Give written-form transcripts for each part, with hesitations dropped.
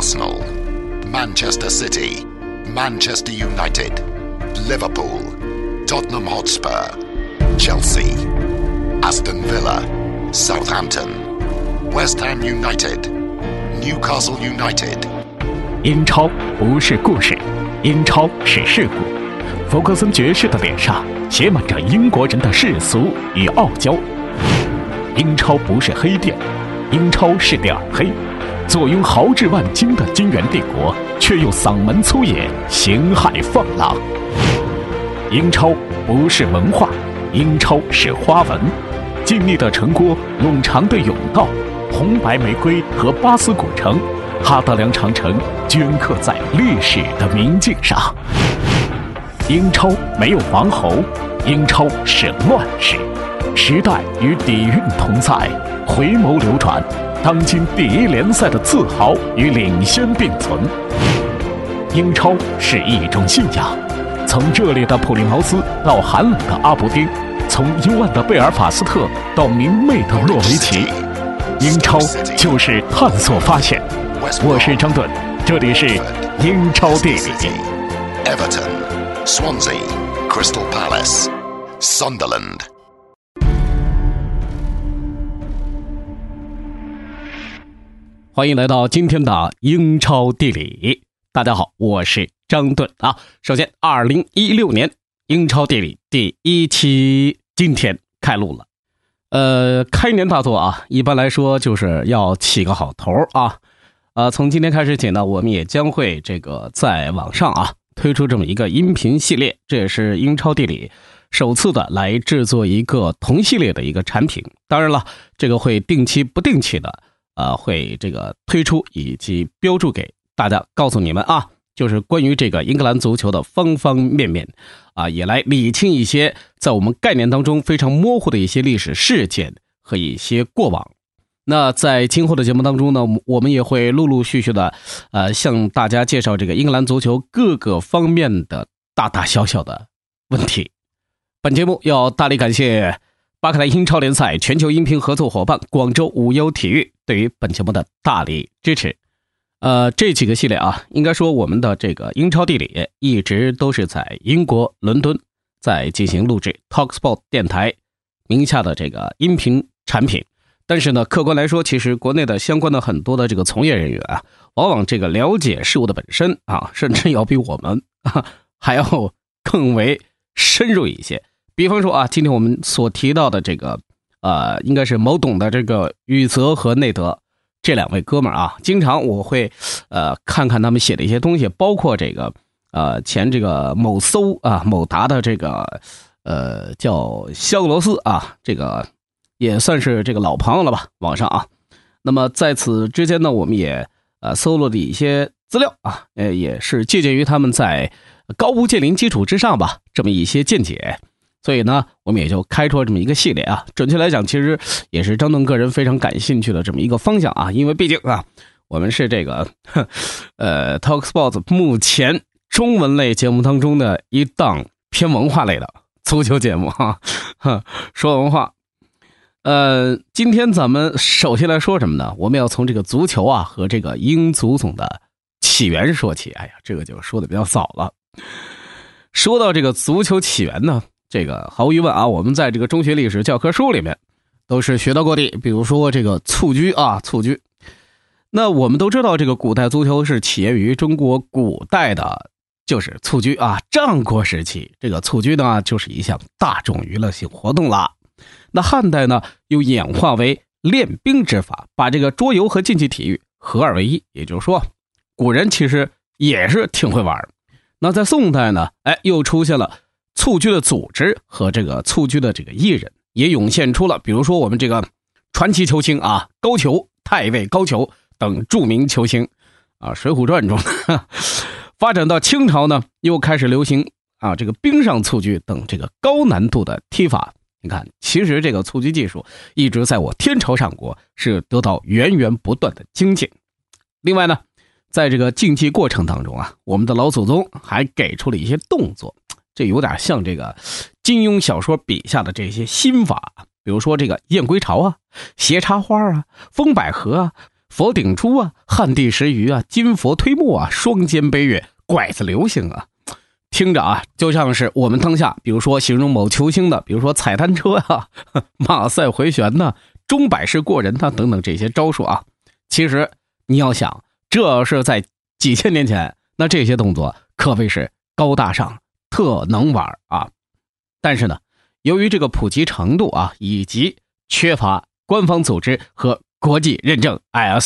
Arsenal, Manchester City, Manchester United, Liverpool, Tottenham Hotspur, Chelsea, Aston Villa, Southampton, West Ham United, Newcastle United。 英超不是故事，英超是事故。弗格森爵士的脸上写满着英国人的世俗与傲娇。英超不是黑店，英超是点黑。坐拥豪掷万金的金元帝国，却又嗓门粗野，形骸放浪。英超不是文化，英超是花纹。静谧的城郭，冗长的甬道，红白玫瑰和巴斯古城，哈德良长城镌刻在历史的明镜上。英超没有王侯，英超是乱世。时代与底蕴同在，回眸流转，当今第一联赛的自豪与领先并存。英超是一种信仰，从热烈的普利茅斯到寒冷的阿伯丁，从幽暗的贝尔法斯特到明媚的诺维奇，英超就是探索发现。我是张顿，这里是英超地理。 Everton, Swansea, Crystal Palace, Sunderland。 欢迎来到今天的英超地理。大家好，我是张顿啊。首先2016年英超地理第1期今天开录了。开年大作啊，一般来说就是要起个好头啊。从今天开始起呢，我们也将会在网上啊推出这么一个音频系列，这也是英超地理首次的来制作一个同系列的一个产品。当然了，这个会定期不定期的会推出以及标注给大家，告诉你们啊，就是关于这个英格兰足球的方方面面啊，也来理清一些在我们概念当中非常模糊的一些历史事件和一些过往。那在今后的节目当中呢，我们也会陆陆续续的向大家介绍这个英格兰足球各个方面的大大小小的问题。本节目要大力感谢巴克莱英超联赛全球音频合作伙伴广州无忧体育对于本节目的大力支持。这几个系列啊，应该说我们的这个英超地理一直都是在英国伦敦在进行录制 TalkSport 电台名下的这个音频产品。但是呢，客观来说，其实国内的相关的很多的这个从业人员啊，往往这个了解事物的本身啊，甚至要比我们还要更为深入一些。比方说啊，今天我们所提到的这个应该是某董的这个宇泽和内德这两位哥们儿啊，经常我会看看他们写的一些东西，包括这个前这个某搜啊某达的这个叫肖格罗斯啊，这个也算是这个老朋友了吧，网上啊。那么在此之间呢，我们也搜罗了一些资料啊，也是借鉴于他们在高屋建瓴基础之上吧，这么一些见解。所以呢，我们也就开出了这么一个系列啊。准确来讲，其实也是张顿个人非常感兴趣的这么一个方向啊，因为毕竟啊，我们是这个TalkSport 目前中文类节目当中的一档偏文化类的足球节目哈，说文化。今天咱们首先来说什么呢？我们要从这个足球啊和这个英足总的起源说起。哎呀，这个就说的比较早了。说到这个足球起源呢，这个毫无疑问啊，我们在这个中学历史教科书里面都是学到过的。比如说这个蹴鞠啊，蹴鞠。那我们都知道，这个古代足球是起源于中国古代的，就是蹴鞠啊。战国时期，这个蹴鞠呢就是一项大众娱乐性活动啦。那汉代呢，又演化为练兵之法，把这个桌游和竞技体育合二为一。也就是说，古人其实也是挺会玩。那在宋代呢，又出现了蹴鞠的组织和这个蹴鞠的这个艺人，也涌现出了比如说我们这个传奇球星啊，高俅、太尉高俅等著名球星啊，《水浒传》中发展到清朝呢，又开始流行啊这个冰上蹴鞠等这个高难度的踢法。你看，其实这个蹴鞠技术一直在我天朝上国是得到源源不断的精进。另外呢，在这个竞技过程当中啊，我们的老祖宗还给出了一些动作，这有点像这个金庸小说笔下的这些心法，比如说这个燕归巢啊、斜插花啊、风百合啊、 佛顶出啊，旱地拾鱼啊，金佛推木啊，双肩背月，拐子流星啊，听着啊，就像是我们当下，比如说形容某球星的，比如说踩单车啊，马赛回旋呐，钟摆式过人呐，等等这些招数啊。其实你要想，这是在几千年前，那这些动作可谓是高大上，特能玩啊。但是呢，由于这个普及程度啊，以及缺乏官方组织和国际认证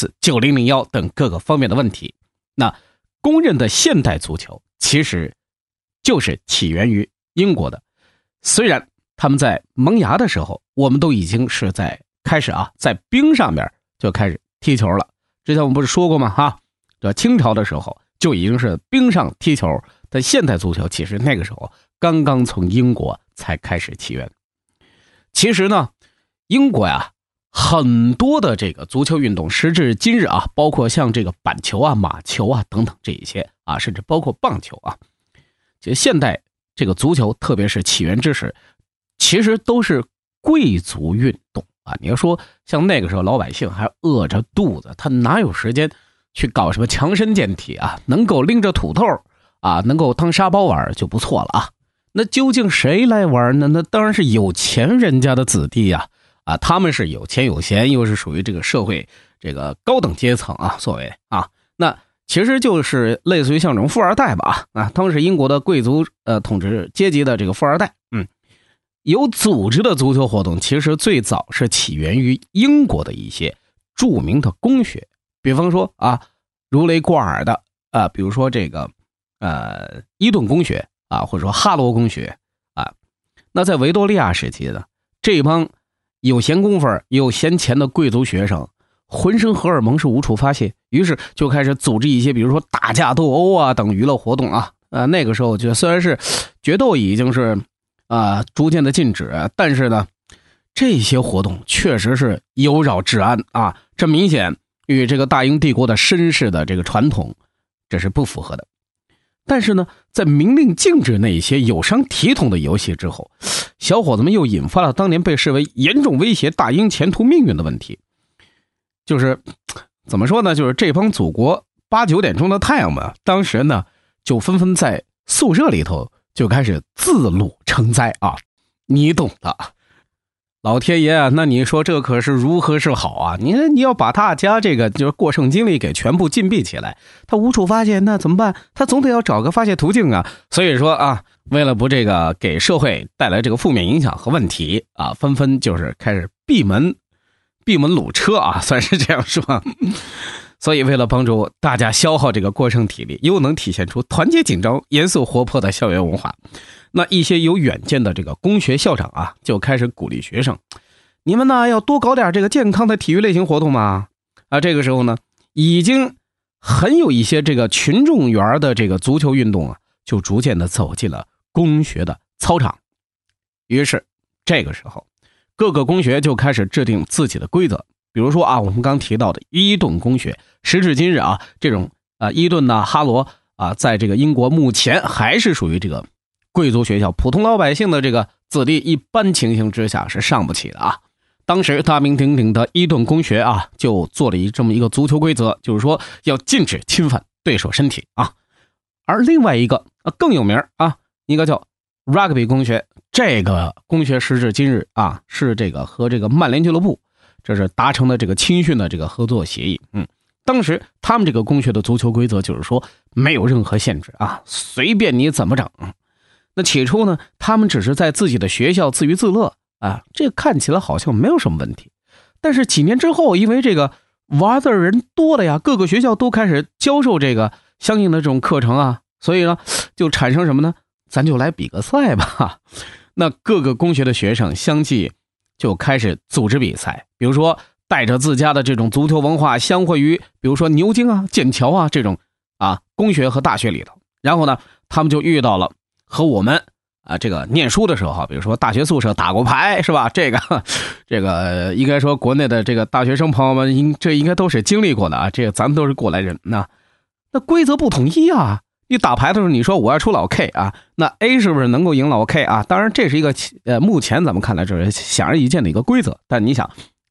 IS9001 等各个方面的问题，那公认的现代足球其实就是起源于英国的。虽然他们在萌芽的时候，我们都已经是在开始啊，在冰上面就开始踢球了。之前我们不是说过吗？这清朝的时候就已经是冰上踢球，但现代足球其实那个时候刚刚从英国才开始起源。其实呢，英国呀，很多的这个足球运动，时至今日啊，包括像这个板球啊、马球啊等等这一些啊，甚至包括棒球啊，其实现代这个足球，特别是起源之时，其实都是贵族运动啊。你要说像那个时候老百姓还饿着肚子，他哪有时间去搞什么强身健体啊？能够拎着土豆啊，能够当沙包玩就不错了啊。那究竟谁来玩呢？那当然是有钱人家的子弟呀。他们是有钱有闲，又是属于这个社会这个高等阶层啊，所谓啊，那其实就是类似于像这种富二代吧啊，他们是英国的贵族统治阶级的这个富二代。有组织的足球活动其实最早是起源于英国的一些著名的公学，比方说啊，如雷贯耳的比如说这个伊顿公学啊，或者说哈罗公学啊。那在维多利亚时期呢，这帮有闲工夫有闲钱的贵族学生浑身荷尔蒙是无处发泄，于是就开始组织一些比如说打架斗殴啊等娱乐活动啊。那个时候就虽然是决斗已经是逐渐的禁止，但是呢这些活动确实是有扰治安啊，这明显与这个大英帝国的绅士的这个传统这是不符合的。但是呢，在明令禁止那些有伤体统的游戏之后，小伙子们又引发了当年被视为严重威胁大英前途命运的问题。就是怎么说呢，就是这帮祖国8、9点钟的太阳们，当时呢就纷纷在宿舍里头就开始自戮成灾啊，你懂的。老天爷啊，那你说这可是如何是好啊？你要把大家这个就是过剩精力给全部禁闭起来，他无处发泄，那怎么办？他总得要找个发泄途径啊。所以说啊，为了不这个给社会带来这个负面影响和问题啊，纷纷就是开始闭门掳车啊，算是这样说。所以为了帮助大家消耗这个过剩体力，又能体现出团结紧张、严肃活泼的校园文化，那一些有远见的这个公学校长啊，就开始鼓励学生，你们呢要多搞点这个健康的体育类型活动嘛。这个时候呢，已经很有一些这个群众缘的这个足球运动啊，就逐渐的走进了公学的操场。于是这个时候，各个公学就开始制定自己的规则。比如说啊，我们刚提到的伊顿公学，时至今日啊，这种伊顿呢、哈罗啊，在这个英国目前还是属于这个贵族学校，普通老百姓的这个子弟一般情形之下是上不起的啊。当时大名鼎鼎的伊顿公学啊，就做了这么一个足球规则，就是说要禁止侵犯对手身体啊。而另外一个更有名啊，一个叫 Rugby 公学，这个公学时至今日啊，是这个和这个曼联俱乐部这是达成了这个青训的这个合作协议。当时他们这个公学的足球规则就是说没有任何限制啊，随便你怎么整。那起初呢，他们只是在自己的学校自娱自乐啊，这看起来好像没有什么问题。但是几年之后，因为这个玩的人多了呀，各个学校都开始教授这个相应的这种课程啊，所以呢，就产生什么呢？咱就来比个赛吧。那各个公学的学生相继就开始组织比赛，比如说带着自家的这种足球文化相会于比如说牛津啊、剑桥啊这种公学和大学里头。然后呢，他们就遇到了和我们这个念书的时候，比如说大学宿舍打过牌是吧？这个应该说国内的这个大学生朋友们这应该都是经历过的啊，这个咱们都是过来人。那规则不统一啊，你打牌的时候你说我要出老 K 啊，那 A 是不是能够赢老 K 啊？当然这是一个目前咱们看来这是显而易见的一个规则，但你想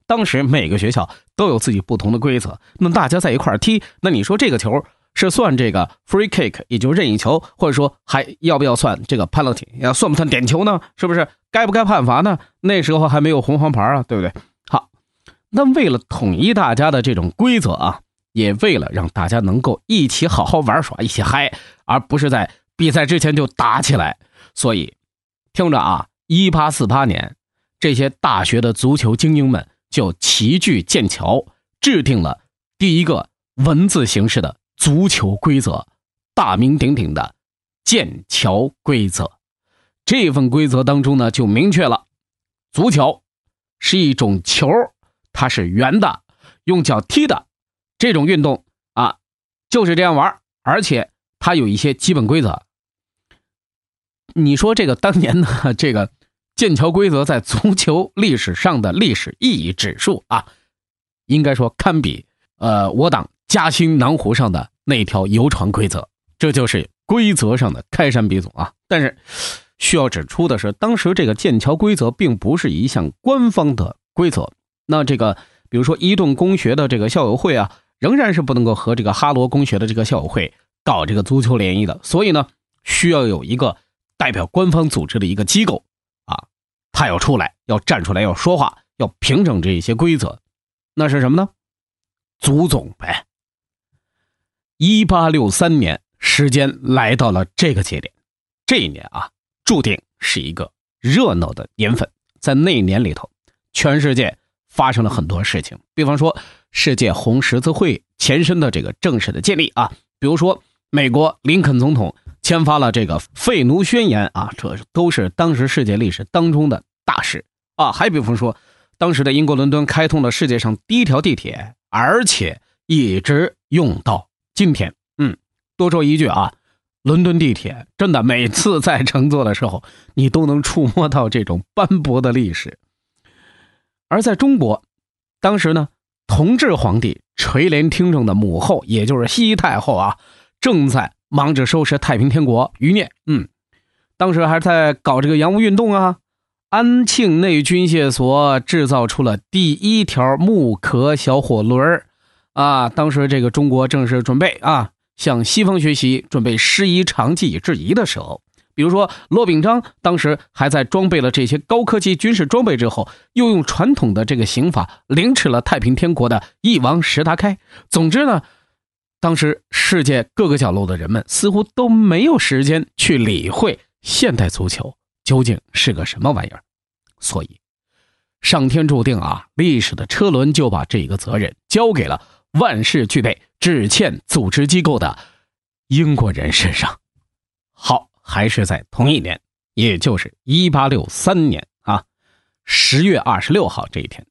当时每个学校都有自己不同的规则，那大家在一块儿踢，那你说这个球是算这个 free kick， 也就是任意球，或者说还要不要算这个 penalty， 要算不算点球呢？是不是该不该判罚呢？那时候还没有红黄牌啊，对不对？好，那为了统一大家的这种规则啊，也为了让大家能够一起好好玩耍，一起嗨，而不是在比赛之前就打起来，所以听着啊，1848年这些大学的足球精英们就齐聚剑桥，制定了第一个文字形式的足球规则，大名鼎鼎的剑桥规则。这份规则当中呢，就明确了足球是一种球，它是圆的，用脚踢的，这种运动啊就是这样玩，而且它有一些基本规则。你说这个当年呢，这个剑桥规则在足球历史上的历史意义指数啊，应该说堪比我党嘉兴南湖上的那条游船规则，这就是规则上的开山鼻祖啊。但是需要指出的是，当时这个剑桥规则并不是一项官方的规则，那这个比如说伊顿公学的这个校友会啊，仍然是不能够和这个哈罗公学的这个校友会搞这个足球联谊的，所以呢需要有一个代表官方组织的一个机构啊，他要出来，要站出来，要说话，要平整这些规则。那是什么呢？足总呗。1863年，时间来到了这个节点。这一年啊，注定是一个热闹的年份。在那一年里头，全世界发生了很多事情，比方说世界红十字会前身的这个正式的建立啊，比如说美国林肯总统签发了这个废奴宣言啊，这都是当时世界历史当中的大事啊。还比方说当时的英国伦敦开通了世界上第一条地铁，而且一直用到今天。多说一句啊，伦敦地铁真的每次在乘坐的时候，你都能触摸到这种斑驳的历史。而在中国，当时呢，同治皇帝垂帘听政的母后，也就是西太后啊，正在忙着收拾太平天国余孽。当时还在搞这个洋务运动啊。安庆内军械所制造出了第一条木壳小火轮啊，当时这个中国正是准备啊向西方学习，准备师夷长技以制夷的时候。比如说骆秉章当时还在装备了这些高科技军事装备之后，又用传统的这个刑法凌迟了太平天国的翼王石达开。总之呢，当时世界各个角落的人们似乎都没有时间去理会现代足球究竟是个什么玩意儿。所以上天注定啊，历史的车轮就把这个责任交给了万事俱备只欠组织机构的英国人身上。好，还是在同一年，也就是1863年啊，10月26号这一天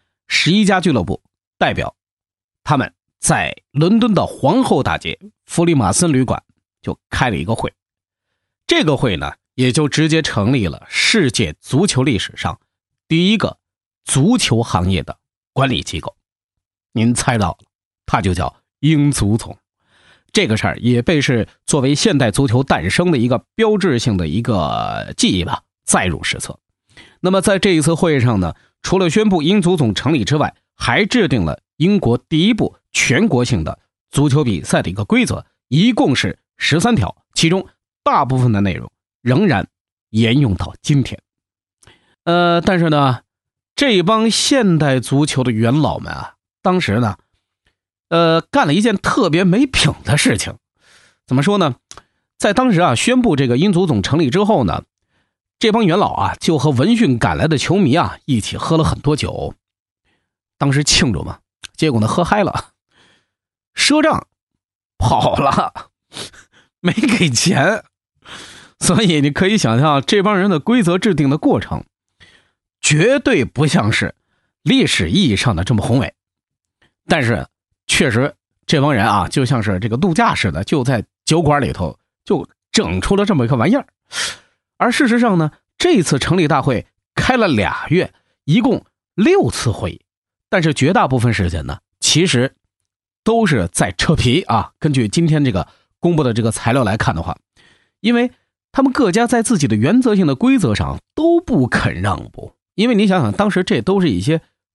，11家俱乐部代表他们在伦敦的皇后大街弗里马森旅馆就开了一个会。这个会呢，也就直接成立了世界足球历史上第一个足球行业的管理机构。您猜到了，它就叫英足总。这个事儿也被是作为现代足球诞生的一个标志性的一个记忆吧，载入史册。那么在这一次会议上呢，除了宣布英足总成立之外，还制定了英国第一部全国性的足球比赛的一个规则，一共是13条，其中大部分的内容仍然沿用到今天。但是呢，这帮现代足球的元老们啊，当时呢干了一件特别没品的事情。怎么说呢？在当时啊，宣布这个英足总成立之后呢，这帮元老啊就和闻讯赶来的球迷啊一起喝了很多酒。当时庆祝嘛，结果呢喝嗨了，赊账跑了，没给钱。所以你可以想象这帮人的规则制定的过程绝对不像是历史意义上的这么宏伟。但是确实这帮人啊就像是这个度假似的，就在酒馆里头就整出了这么一个玩意儿。而事实上呢，这次成立大会开了2月，一共6次会议，但是绝大部分时间呢其实都是在扯皮啊。根据今天这个公布的这个材料来看的话，因为他们各家在自己的原则性的规则上都不肯让步。因为你想想，当时这都是一些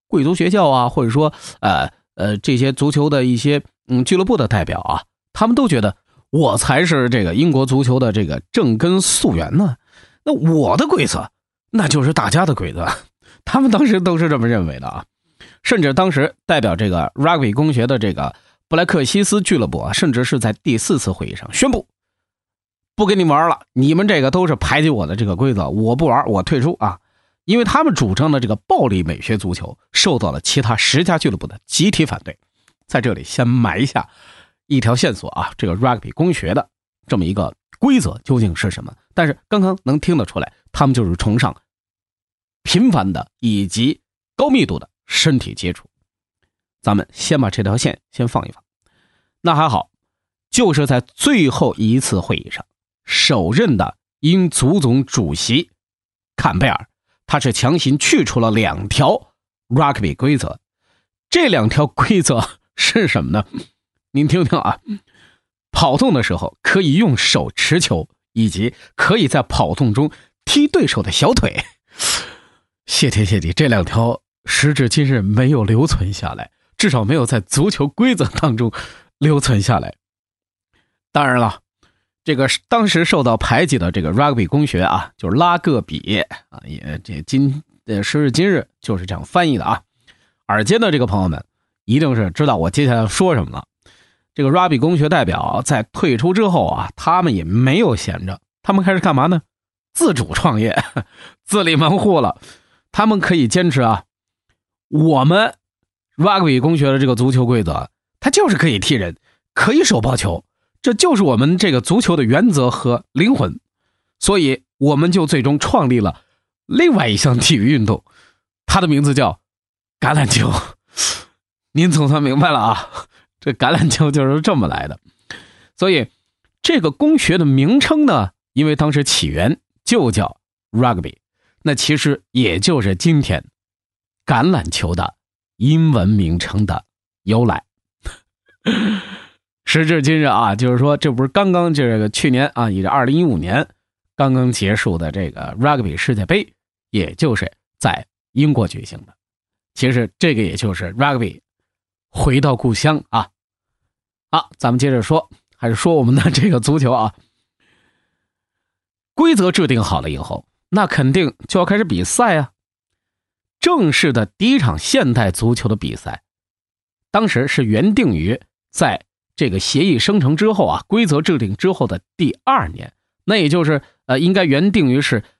贵族学校啊，或者说这些足球的一些俱乐部的代表啊，他们都觉得我才是这个英国足球的这个正根溯源呢。那我的规则那就是大家的规则，他们当时都是这么认为的啊。甚至当时代表这个 rugby 公学的这个布莱克西斯俱乐部啊，甚至是在第4次会议上宣布不跟你玩了，你们这个都是排挤我的这个规则，我不玩，我退出啊。因为他们主张的这个暴力美学足球受到了其他10家俱乐部的集体反对。在这里先埋下一条线索啊，这个 rugby 公学的这么一个规则究竟是什么？但是刚刚能听得出来，他们就是崇尚频繁的以及高密度的身体接触。咱们先把这条线先放一放。那还好，就是在最后一次会议上，首任的英足总主席坎贝尔，他是强行去除了2条 rugby 规则。这2条规则是什么呢？您听听啊，跑动的时候可以用手持球，以及可以在跑动中踢对手的小腿。谢天谢地，这2条时至今日没有留存下来，至少没有在足球规则当中留存下来。当然了，这个当时受到排挤的这个 rugby 公学啊，就是拉各比啊，也这时至今日就是这样翻译的啊。耳尖的这个朋友们一定是知道我接下来要说什么了。这个 rugby 公学代表在退出之后啊，他们也没有闲着，他们开始干嘛呢？自主创业，自立门户了。他们可以坚持啊，我们 rugby 公学的这个足球规则，它就是可以踢人，可以手抱球，这就是我们这个足球的原则和灵魂。所以我们就最终创立了另外一项体育运动，它的名字叫橄榄球。您总算明白了啊，这橄榄球就是这么来的。所以这个公学的名称呢，因为当时起源就叫 rugby， 那其实也就是今天橄榄球的英文名称的由来。时至今日啊，就是说这不是刚刚这个去年啊，也是2015年刚刚结束的这个 rugby 世界杯，也就是在英国举行的。其实这个也就是 rugby 回到故乡啊。好，咱们接着说，还是说我们的这个足球啊。规则制定好了以后，那肯定就要开始比赛啊。正式的第一场现代足球的比赛，当时是原定于在这个协议生成之后啊，规则制定之后的第2年，那也就是应该原定于是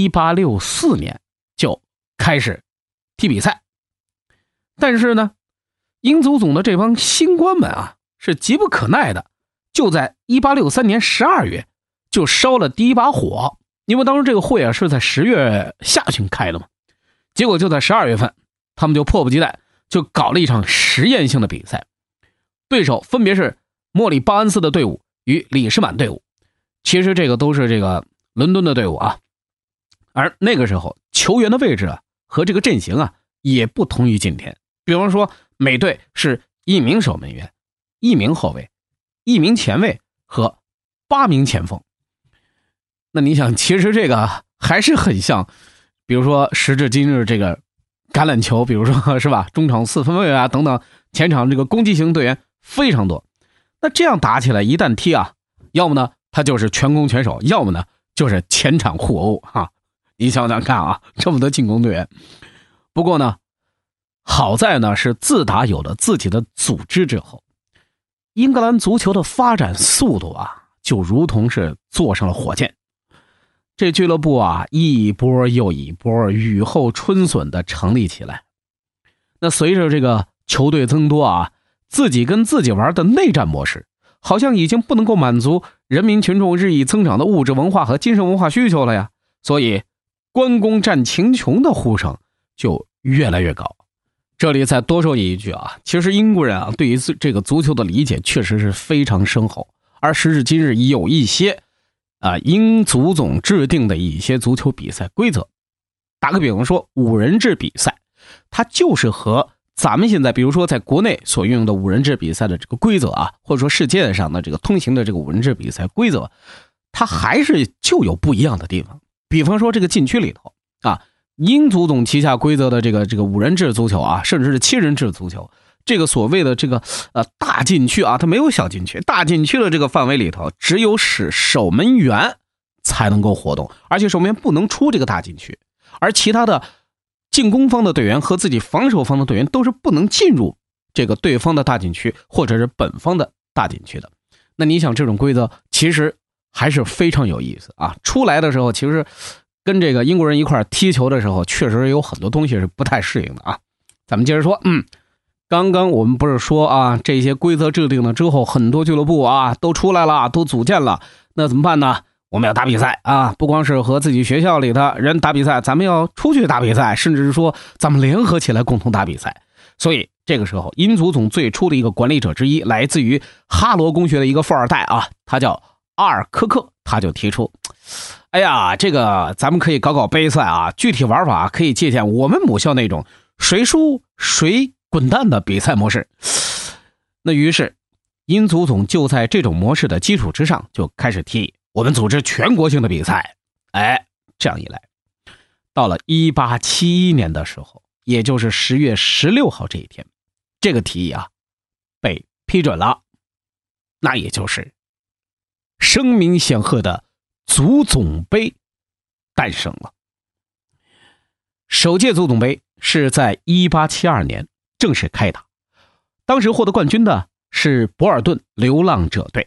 1864年就开始踢比赛。但是呢，英足总的这帮新官们啊，是急不可耐的，就在1863年12月就烧了第一把火。因为当时这个会啊是在10月下旬开的嘛，结果就在12月份，他们就迫不及待就搞了一场实验性的比赛，对手分别是莫里巴恩斯的队伍与里士满队伍。其实这个都是这个伦敦的队伍啊，而那个时候球员的位置啊和这个阵型啊也不同于今天。比方说每队是1名守门员、1名后卫、1名前卫和8名前锋。那你想，其实这个还是很像比如说时至今日这个橄榄球，比如说是吧，中场4分卫啊等等，前场这个攻击型队员非常多。那这样打起来一旦踢啊，要么呢他就是全攻全守，要么呢就是前场互殴哈。你想想看啊，这么多进攻队员。不过呢，好在呢是自打有了自己的组织之后，英格兰足球的发展速度啊，就如同是坐上了火箭。这俱乐部啊，一波又一波，雨后春笋的成立起来。那随着这个球队增多啊，自己跟自己玩的内战模式，好像已经不能够满足人民群众日益增长的物质文化和精神文化需求了呀。所以关公战秦琼的呼声就越来越高。这里再多说一句啊，其实英国人啊对于这个足球的理解确实是非常深厚，而时至今日有一些英足总制定的一些足球比赛规则，打个比方说5人制比赛，它就是和咱们现在比如说在国内所运用的5人制比赛的这个规则啊，或者说世界上的这个通行的这个5人制比赛规则，它还是就有不一样的地方。比方说这个禁区里头啊， 英足总旗下规则的这个5人制足球啊，甚至是7人制足球，这个所谓的这个大禁区啊，它没有小禁区，大禁区的这个范围里头，只有使守门员才能够活动，而且守门员不能出这个大禁区，而其他的进攻方的队员和自己防守方的队员都是不能进入这个对方的大禁区或者是本方的大禁区的。那你想这种规则其实还是非常有意思啊！出来的时候其实跟这个英国人一块踢球的时候，确实有很多东西是不太适应的啊。咱们接着说，刚刚我们不是说啊，这些规则制定了之后，很多俱乐部啊都出来了，都组建了，那怎么办呢？我们要打比赛啊，不光是和自己学校里的人打比赛，咱们要出去打比赛，甚至是说咱们联合起来共同打比赛。所以这个时候，英足总最初的一个管理者之一，来自于哈罗公学的一个富二代啊，他叫阿尔科克，他就提出，哎呀，这个咱们可以搞搞杯赛啊，具体玩法可以借鉴我们母校那种谁输谁滚蛋的比赛模式。那于是英足总就在这种模式的基础之上，就开始提议我们组织全国性的比赛。这样一来，到了1871年的时候，也就是10月16号这一天，这个提议啊被批准了，那也就是声名显赫的足总杯诞生了。首届足总杯是在1872年正式开打，当时获得冠军的是博尔顿流浪者队。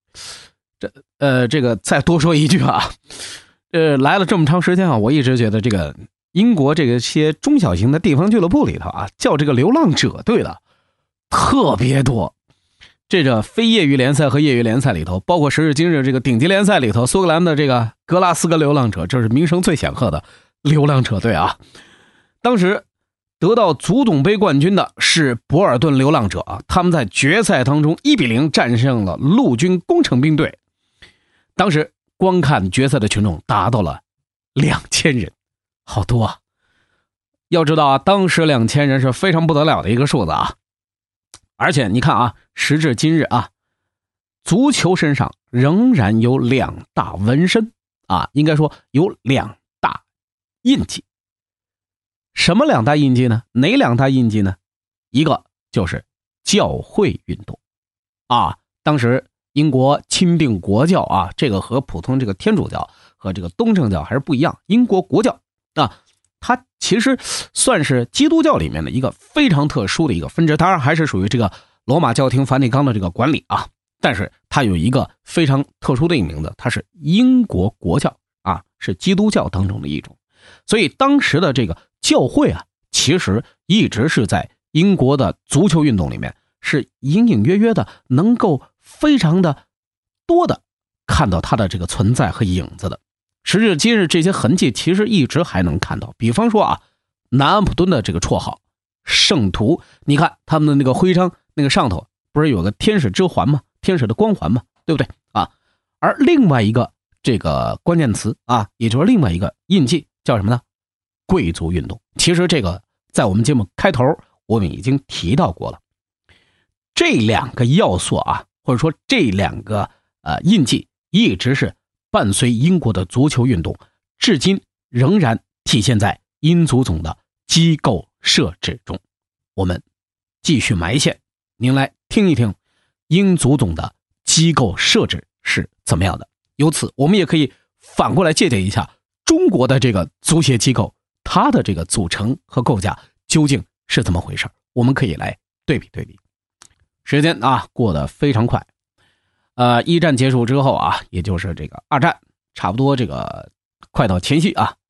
这个再多说一句啊，来了这么长时间啊，我一直觉得这个英国这些中小型的地方俱乐部里头啊，叫这个流浪者队的特别多。这个非业余联赛和业余联赛里头，包括时至今日这个顶级联赛里头，苏格兰的这个格拉斯哥流浪者，这是名声最显赫的流浪者队啊。当时得到足总杯冠军的是博尔顿流浪者啊，他们在决赛当中1-0战胜了陆军工程兵队。当时观看决赛的群众达到了2000人，好多啊！要知道啊，当时2000人是非常不得了的一个数字啊。而且你看啊，时至今日啊，足球身上仍然有2大纹身啊，应该说有2大印记。什么2大印记呢？哪2大印记呢？一个就是教会运动啊，当时英国钦定国教啊，这个和普通这个天主教和这个东正教还是不一样。英国国教啊，它其实算是基督教里面的一个非常特殊的一个分支，当然还是属于这个罗马教廷梵蒂冈的这个管理啊，但是它有一个非常特殊的一个名字，它是英国国教啊，是基督教当中的一种。所以当时的这个教会啊，其实一直是在英国的足球运动里面是隐隐约约的能够非常的多的看到它的这个存在和影子的。时至今日，这些痕迹其实一直还能看到。比方说啊，南安普敦的这个绰号圣徒，你看他们的那个徽章那个上头不是有个天使之环吗？天使的光环吗？对不对啊？而另外一个这个关键词啊，也就是另外一个印记叫什么呢？贵族运动。其实这个在我们节目开头我们已经提到过了。这2个要素啊，或者说这2个印记一直是伴随英国的足球运动，至今仍然体现在英足总的机构设置中。我们继续埋线，您来听一听英足总的机构设置是怎么样的。由此我们也可以反过来借鉴一下中国的这个足协机构，它的这个组成和构架究竟是怎么回事，我们可以来对比对比。时间啊过得非常快，一战结束之后啊，也就是这个二战，差不多这个快到前夕啊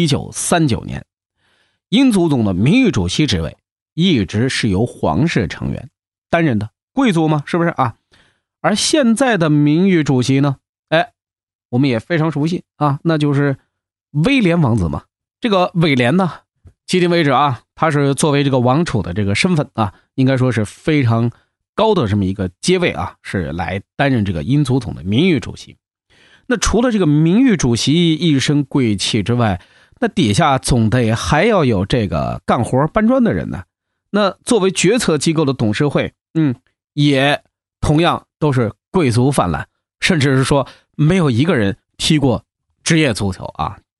，1939年，英足总的名誉主席职位一直是由皇室成员担任的，贵族嘛，是不是啊？而现在的名誉主席呢，我们也非常熟悉啊，那就是威廉王子嘛。这个威廉呢，迄今为止啊，他是作为这个王储的这个身份啊，应该说是非常高的这么一个阶位啊，是来担任这个英足总的名誉主席。那除了这个名誉主席一身贵气之外，那底下总得还要有这个干活搬砖的人呢。那作为决策机构的董事会，也同样都是贵族泛滥，甚至是说没有一个人踢过职业足球啊。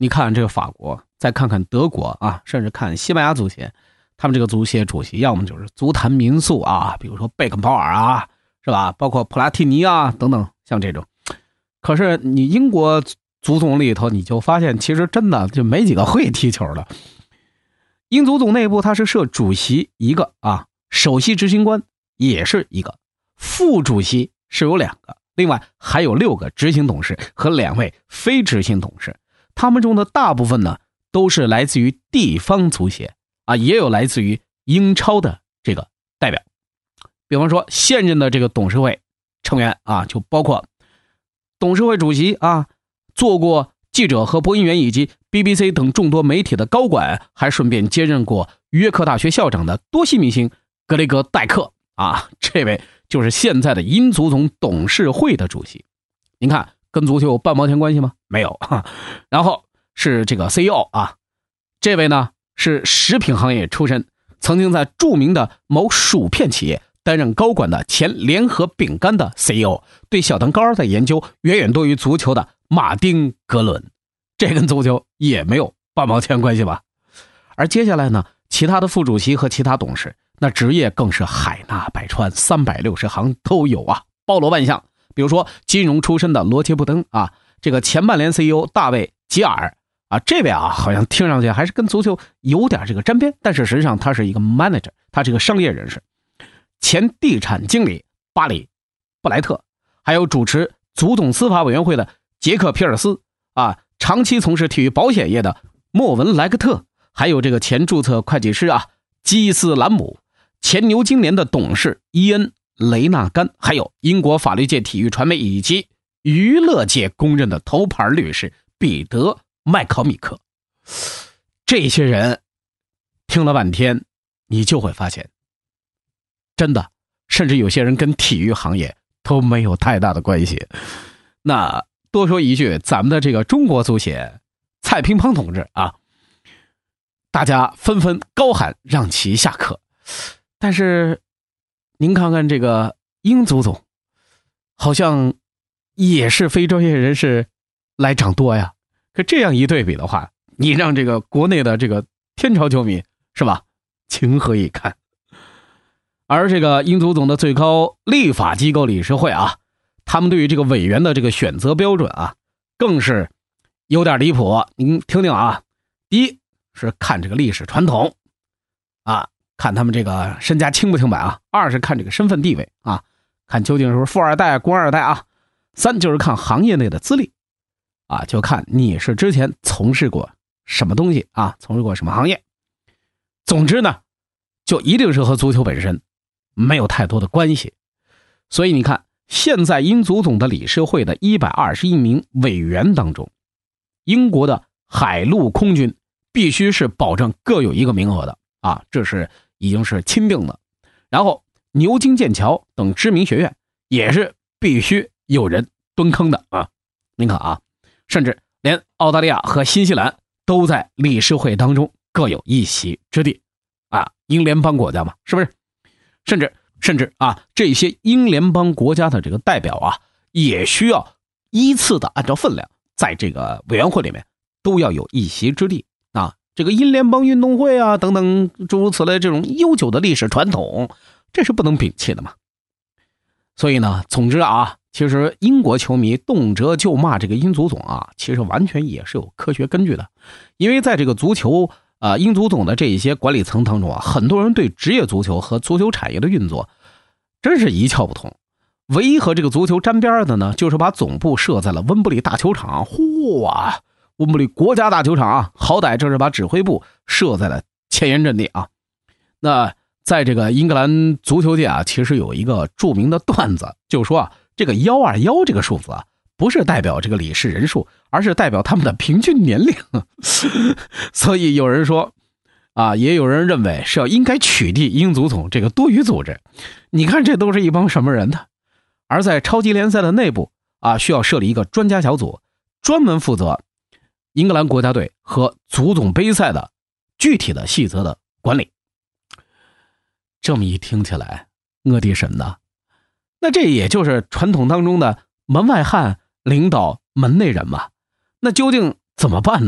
你看这个法国，再看看德国啊，甚至看西班牙足协，他们这个足协主席要么就是足坛名宿啊，比如说贝肯鲍尔啊，是吧？包括普拉蒂尼啊等等，像这种。可是你英国足总里头，你就发现其实真的就没几个会踢球的。英足总内部他是设主席一个啊，首席执行官也是一个，副主席是有2个，另外还有6个执行董事和2位非执行董事。他们中的大部分呢都是来自于地方足协啊，也有来自于英超的这个代表。比方说现任的这个董事会成员啊，就包括董事会主席啊，做过记者和播音员以及 BBC 等众多媒体的高管，还顺便接任过约克大学校长的多栖明星格雷格·戴克啊，这位就是现在的英足总董事会的主席。您看跟足球有半毛钱关系吗？没有。然后是这个 CEO 啊，这位呢是食品行业出身，曾经在著名的某薯片企业担任高管的前联合饼干的 CEO， 对小蛋糕的研究远远多于足球的马丁·格伦，这跟足球也没有半毛钱关系吧。而接下来呢，其他的副主席和其他董事，那职业更是海纳百川，360行都有啊，包罗万象。比如说金融出身的罗切布登啊，这个前曼联 CEO 大卫·吉尔啊，这位啊好像听上去还是跟足球有点这个沾边，但是实际上他是一个 manager， 他是一个商业人士。前地产经理巴里·布莱特，还有主持足总司法委员会的杰克·皮尔斯啊，长期从事体育保险业的莫文·莱克特，还有这个前注册会计师啊基斯兰姆，前牛津联的董事伊恩·雷纳甘，还有英国法律界、体育传媒以及娱乐界公认的头牌律师彼得·麦考米克。这些人听了半天，你就会发现真的甚至有些人跟体育行业都没有太大的关系。那多说一句，咱们的这个中国足协蔡乒乓同志啊，大家纷纷高喊让其下课。但是您看看这个英足总，好像也是非专业人士来掌舵呀。可这样一对比的话，你让这个国内的这个天朝球迷是吧，情何以堪。而这个英足总的最高立法机构理事会啊，他们对于这个委员的这个选择标准啊，更是有点离谱。您听听啊，第一是看这个历史传统啊，看他们这个身家清不清白啊；二是看这个身份地位啊，看究竟是不是富二代、官二代啊；三就是看行业内的资历啊，就看你是之前从事过什么东西啊，从事过什么行业。总之呢，就一定是和足球本身没有太多的关系。所以你看，现在英足总的理事会的121名委员当中，英国的海陆空军必须是保证各有一个名额的啊，这是已经是钦定的。然后牛津、剑桥等知名学院也是必须有人蹲坑的啊。您看啊，甚至连澳大利亚和新西兰都在理事会当中各有一席之地啊，英联邦国家嘛，是不是？甚至啊，这些英联邦国家的这个代表啊，也需要依次的按照分量，在这个委员会里面都要有一席之地啊。这个英联邦运动会啊等等诸如此类这种悠久的历史传统，这是不能摒弃的嘛。所以呢，总之啊，其实英国球迷动辄就骂这个英足总啊，其实完全也是有科学根据的。因为在这个足球英足总的这一些管理层当中啊，很多人对职业足球和足球产业的运作真是一窍不通。唯一和这个足球沾边的呢，就是把总部设在了温布利大球场。嚯，温布利国家大球场啊，好歹这是把指挥部设在了前沿阵地啊。那在这个英格兰足球界啊，其实有一个著名的段子，就是说啊，这个121这个数字啊，不是代表这个理事人数，而是代表他们的平均年龄。所以有人说啊，也有人认为是要应该取缔英足总这个多余组织。你看这都是一帮什么人呢？而在超级联赛的内部啊，需要设立一个专家小组，专门负责英格兰国家队和足总杯赛的具体的细则的管理。这么一听起来，我的神呐，那这也就是传统当中的门外汉领导门内人嘛。那究竟怎么办呢？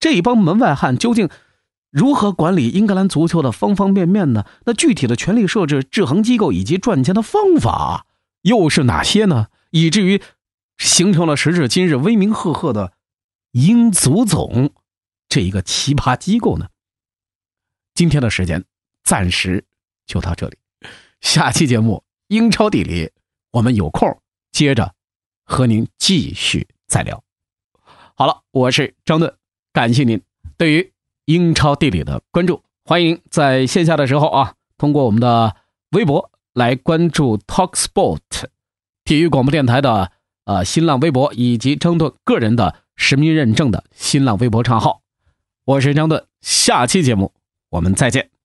这一帮门外汉究竟如何管理英格兰足球的方方面面呢？那具体的权力设置、制衡机构以及赚钱的方法又是哪些呢？以至于形成了时至今日威名赫赫的英足总这一个奇葩机构呢？今天的时间暂时就到这里，下期节目英超地理我们有空接着和您继续再聊。好了，我是张顿，感谢您对于英超地理的关注，欢迎在线下的时候通过我们的微博来关注 TalkSport 体育广播电台的新浪微博以及张顿个人的实名认证的新浪微博账号。我是张顿，下期节目我们再见。